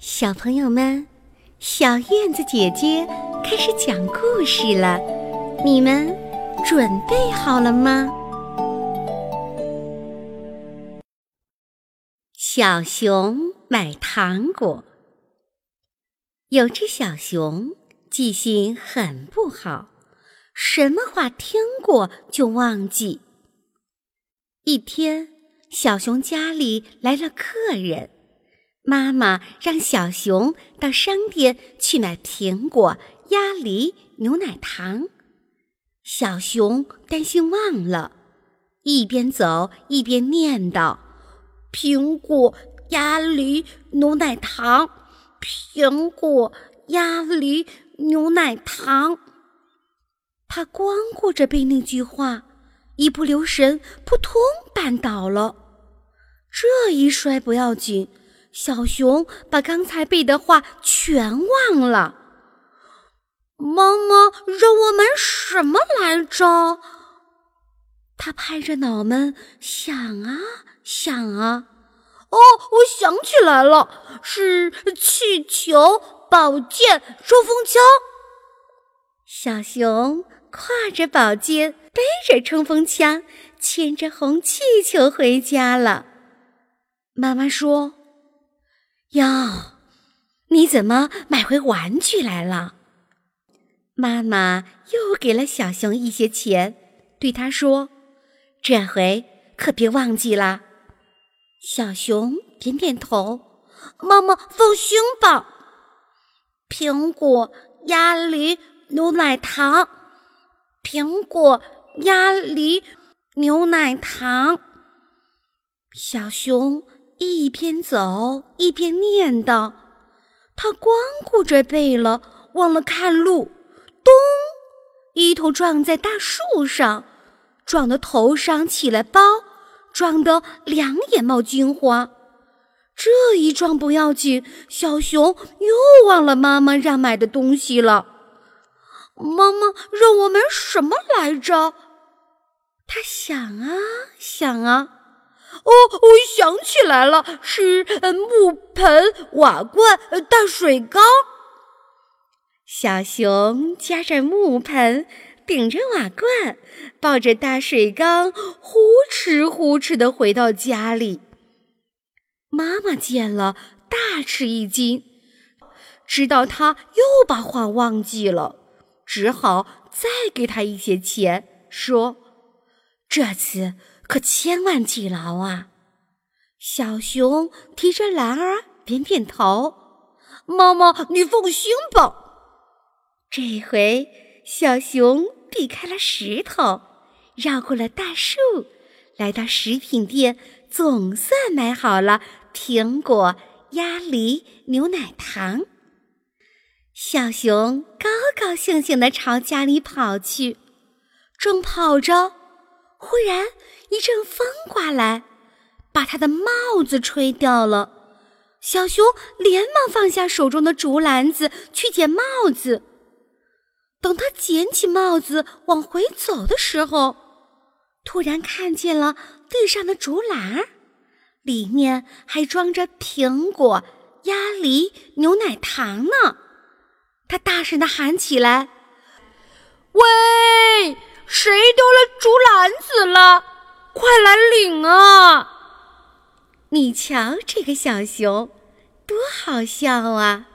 小朋友们，小燕子姐姐开始讲故事了，你们准备好了吗？小熊买糖果。有只小熊记性很不好，什么话听过就忘记。一天，小熊家里来了客人，妈妈让小熊到商店去买苹果、鸭梨、牛奶糖。小熊担心忘了，一边走一边念叨：苹果、鸭梨、牛奶糖，苹果、鸭梨、牛奶糖。他光顾着背那句话，一不留神扑通绊倒了。这一摔不要紧，小熊把刚才背的话全忘了。妈妈让我买什么来着？他拍着脑门想啊想啊，我想起来了，是气球、宝剑、冲锋枪。小熊挎着宝剑，背着冲锋枪，牵着红气球回家了。妈妈说：哟，你怎么买回玩具来了？妈妈又给了小熊一些钱，对他说：这回可别忘记啦。小熊点点头：妈妈放心吧。苹果、鸭梨、牛奶糖，苹果、鸭梨、牛奶糖。小熊一边走一边念叨，他光顾着背了，忘了看路，咚，一头撞在大树上，撞得头上起了包，撞得两眼冒金花。这一撞不要紧，小熊又忘了妈妈让买的东西了。妈妈让我买什么来着？他想啊想啊，我想起来了，是木盆、瓦罐、大水缸。小熊夹着木盆，顶着瓦罐，抱着大水缸，呼哧呼哧地回到家里。妈妈见了，大吃一惊，知道他又把话忘记了，只好再给他一些钱，说：这次可千万记牢啊。小熊提着篮儿点点头：妈妈你放心吧。这回小熊避开了石头，绕过了大树，来到食品店，总算买好了苹果、鸭梨、牛奶糖。小熊高高兴兴地朝家里跑去，正跑着，忽然一阵风刮来，把他的帽子吹掉了。小熊连忙放下手中的竹篮子去捡帽子。等他捡起帽子往回走的时候，突然看见了地上的竹篮，里面还装着苹果、鸭梨、牛奶糖呢。他大声地喊起来：喂，谁丢了竹篮子了？快来领啊！你瞧这个小熊多好笑啊！